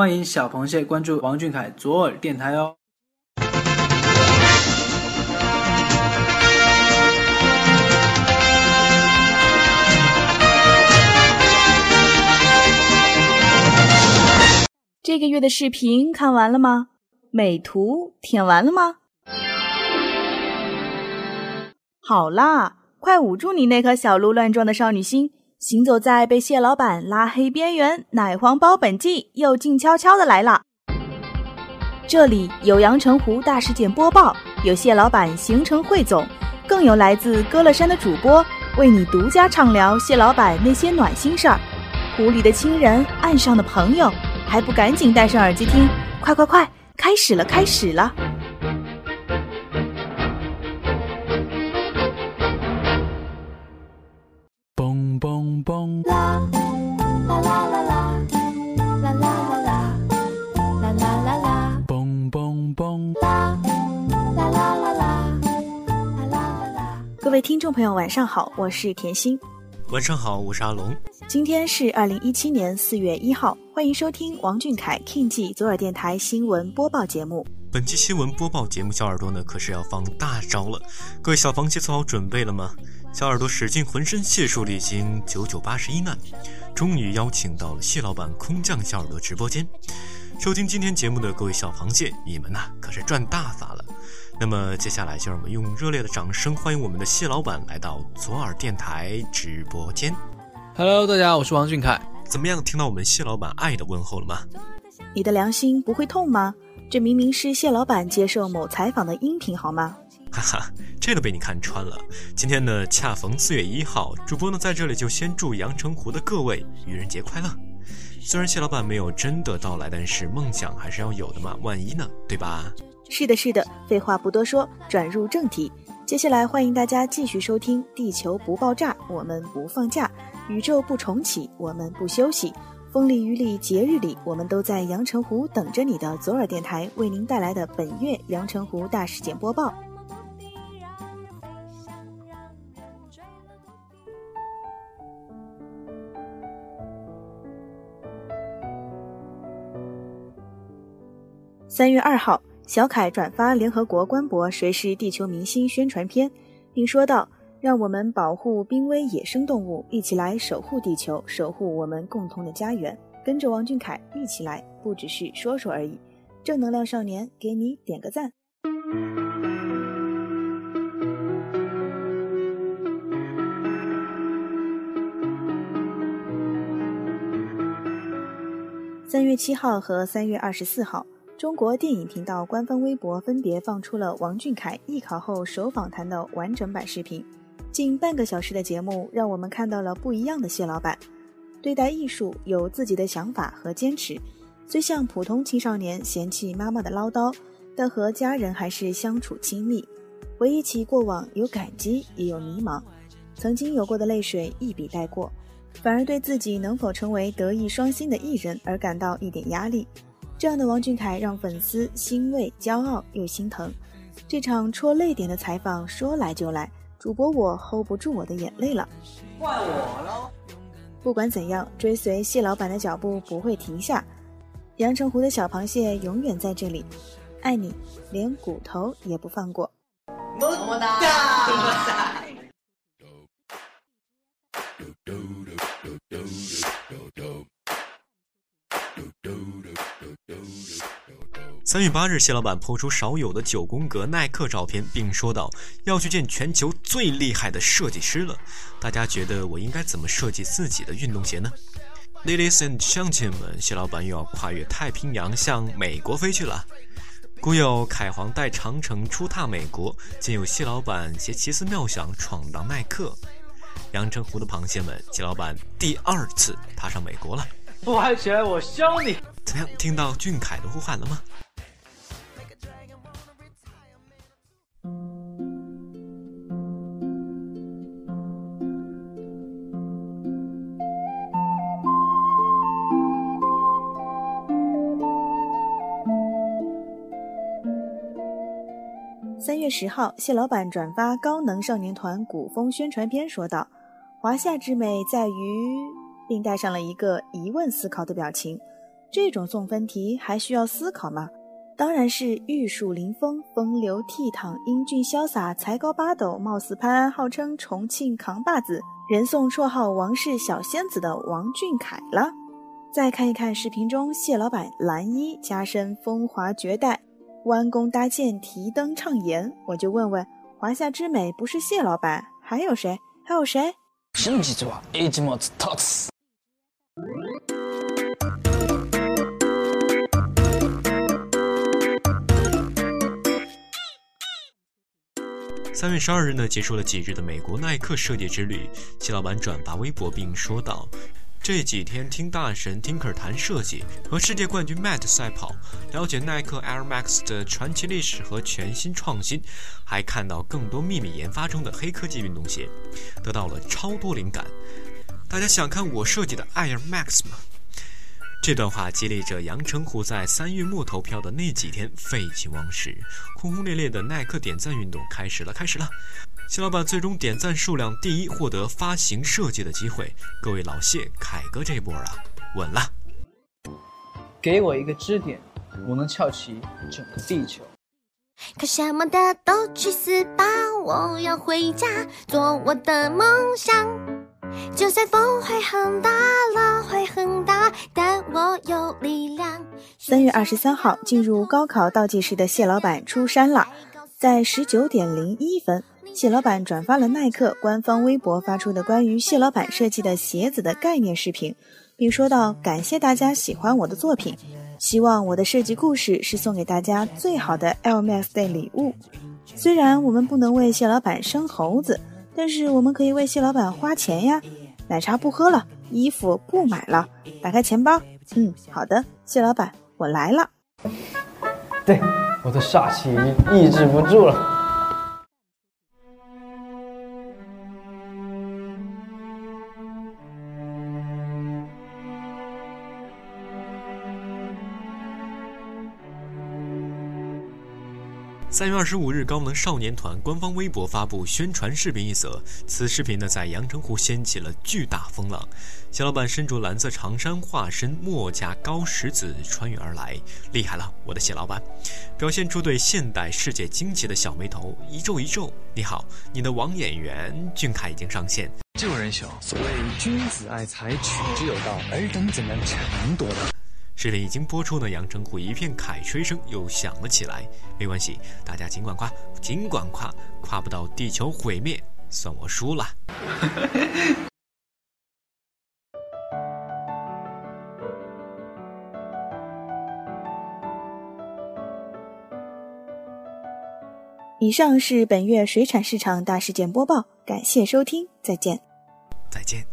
欢迎小螃蟹关注王俊凯左耳电台哦。 这个月的视频看完了吗？美图舔完了吗？好啦，快捂住你那颗小鹿乱撞的少女心，行走在被蟹老板拉黑边缘，奶黄包本季又静悄悄的来了。这里有阳澄湖大事件播报，有蟹老板行程汇总，更有来自歌乐山的主播为你独家畅聊蟹老板那些暖心事儿。湖里的亲人，岸上的朋友，还不赶紧戴上耳机听？快，开始了！ 蹦蹦蹦， 啦啦啦啦啦啦啦啦啦啦啦啦啦， 蹦蹦蹦， 啦啦啦啦啦啦啦啦。 各位听众朋友，晚上好，我是甜心。 晚上好，我是阿龙。 今天是2017年4月1号，欢迎收听王俊凯 King 记左耳电台新闻播报节目。 本期新闻播报节目，小耳朵呢可是要放大招了。各位小螃蟹做好准备了吗？小耳朵使尽浑身解数历经9981难，终于邀请到了蟹老板空降小耳朵直播间。收听今天节目的各位小螃蟹，你们可是赚大发了。那么接下来就让我们用热烈的掌声欢迎我们的蟹老板来到左耳电台直播间。 Hello， 大家好，我是王俊凯。 怎么样，听到我们蟹老板爱的问候了吗？ 你的良心不会痛吗？这明明是蟹老板接受某采访的音频好吗？ 哈哈，这都被你看穿了。今天呢，恰逢4月1号，主播呢在这里就先祝阳澄湖的各位愚人节快乐。虽然蟹老板没有真的到来，但是梦想还是要有的嘛，万一呢，对吧？ 是的，废话不多说，转入正题。接下来欢迎大家继续收听地球不爆炸，我们不放假；宇宙不重启，我们不休息。风里雨里节日里，我们都在阳澄湖等着你的左耳电台为您带来的本月阳澄湖大事件播报。3月2号，小凯转发联合国官博谁是地球明星宣传片，并说道，让我们保护濒危野生动物，一起来守护地球，守护我们共同的家园。跟着王俊凯一起来，不只是说说而已。正能量少年，给你点个赞。3月7号和3月24号，中国电影频道官方微博分别放出了王俊凯艺考后首访谈的完整版视频。近半个小时的节目，让我们看到了不一样的蟹老板。对待艺术有自己的想法和坚持，虽像普通青少年嫌弃妈妈的唠叨，但和家人还是相处亲密。回忆起过往，有感激也有迷茫，曾经有过的泪水一笔带过，反而对自己能否成为德艺双馨的艺人而感到一点压力。这样的王俊凯让粉丝欣慰、骄傲又心疼。这场戳泪点的采访说来就来，主播我 hold 不住我的眼泪了， 怪我咯。 不管怎样，追随蟹老板的脚步不会停下。阳澄湖的小螃蟹永远在这里，爱你，连骨头也不放过。 么么哒！ 3月8日，蟹老板抛出少有的9宫格耐克照片，并说道要去见全球最厉害的设计师了。大家觉得我应该怎么设计自己的运动鞋呢？ Ladies and gentlemen， 蟹老板又要跨越太平洋向美国飞去了。古有凯皇带长城出踏美国，今有蟹老板携奇思妙想闯荡耐克。阳澄湖的螃蟹们，蟹老板第2次踏上美国了。 不嗨起来我削你！ 怎么样，听到俊凯的呼喊了吗 ？3月10号，蟹老板转发高能少年团古风宣传片，说道：“华夏之美在于，并带上了一个疑问思考的表情。 这种送分题还需要思考吗？当然是玉树临风、风流倜傥、英俊潇洒、才高八斗、貌似潘安，号称重庆扛把子，人送绰号王氏小仙子的王俊凯了。再看一看视频中谢老板蓝衣加身风华绝代，弯弓搭箭提灯唱演，我就问问，华夏之美不是谢老板，还有谁？ 信じてはいつも立つ。 3月12日呢，结束了几日的美国耐克设计之旅。谢老板转发微博并说道：“这几天听大神 Tinker 谈设计，和世界冠军 Matt 赛跑，了解耐克 Air Max 的传奇历史和全新创新，还看到更多秘密研发中的黑科技运动鞋，得到了超多灵感。大家想看我设计的 Air Max 吗？”这段话激励着杨澄湖在3月末投票的那几天废寝忘食，轰轰烈烈的耐克点赞运动开始了。谢老板最终点赞数量第1，获得发行设计的机会。各位老谢凯哥这波啊，稳了。 给我一个支点，我能翘起整个地球。 可什么的都去死吧！我要回家做我的梦想。就算风会很大了，会很大，但我有力量。 3月23号，进入高考倒计时的谢老板出山了。在19点01分，谢老板转发了耐克官方微博发出的关于谢老板设计的鞋子的概念视频，并说道：“感谢大家喜欢我的作品，希望我的设计故事是送给大家最好的 Air Max Day 礼物。虽然我们不能为谢老板生猴子，但是我们可以为谢老板花钱呀。奶茶不喝了，衣服不买了，打开钱包。好的，谢老板，我来了。” 对，我的煞气抑制不住了。 3月25日，高能少年团官方微博发布宣传视频一则，此视频呢在阳澄湖掀起了巨大风浪。谢老板身着蓝色长衫，化身墨家高石子穿越而来，厉害了，我的谢老板！表现出对现代世界惊奇的小眉头，一皱一皱。你好，你的王演员俊凯已经上线。 救人雄，所谓君子爱财，取之有道，尔等怎能逞夺呢？ 视频已经播出呢，阳澄湖一片凯吹声又响了起来。没关系，大家尽管夸，夸不到地球毁灭，算我输了。 以上是本月水产市场大事件播报，感谢收听，再见。 再见。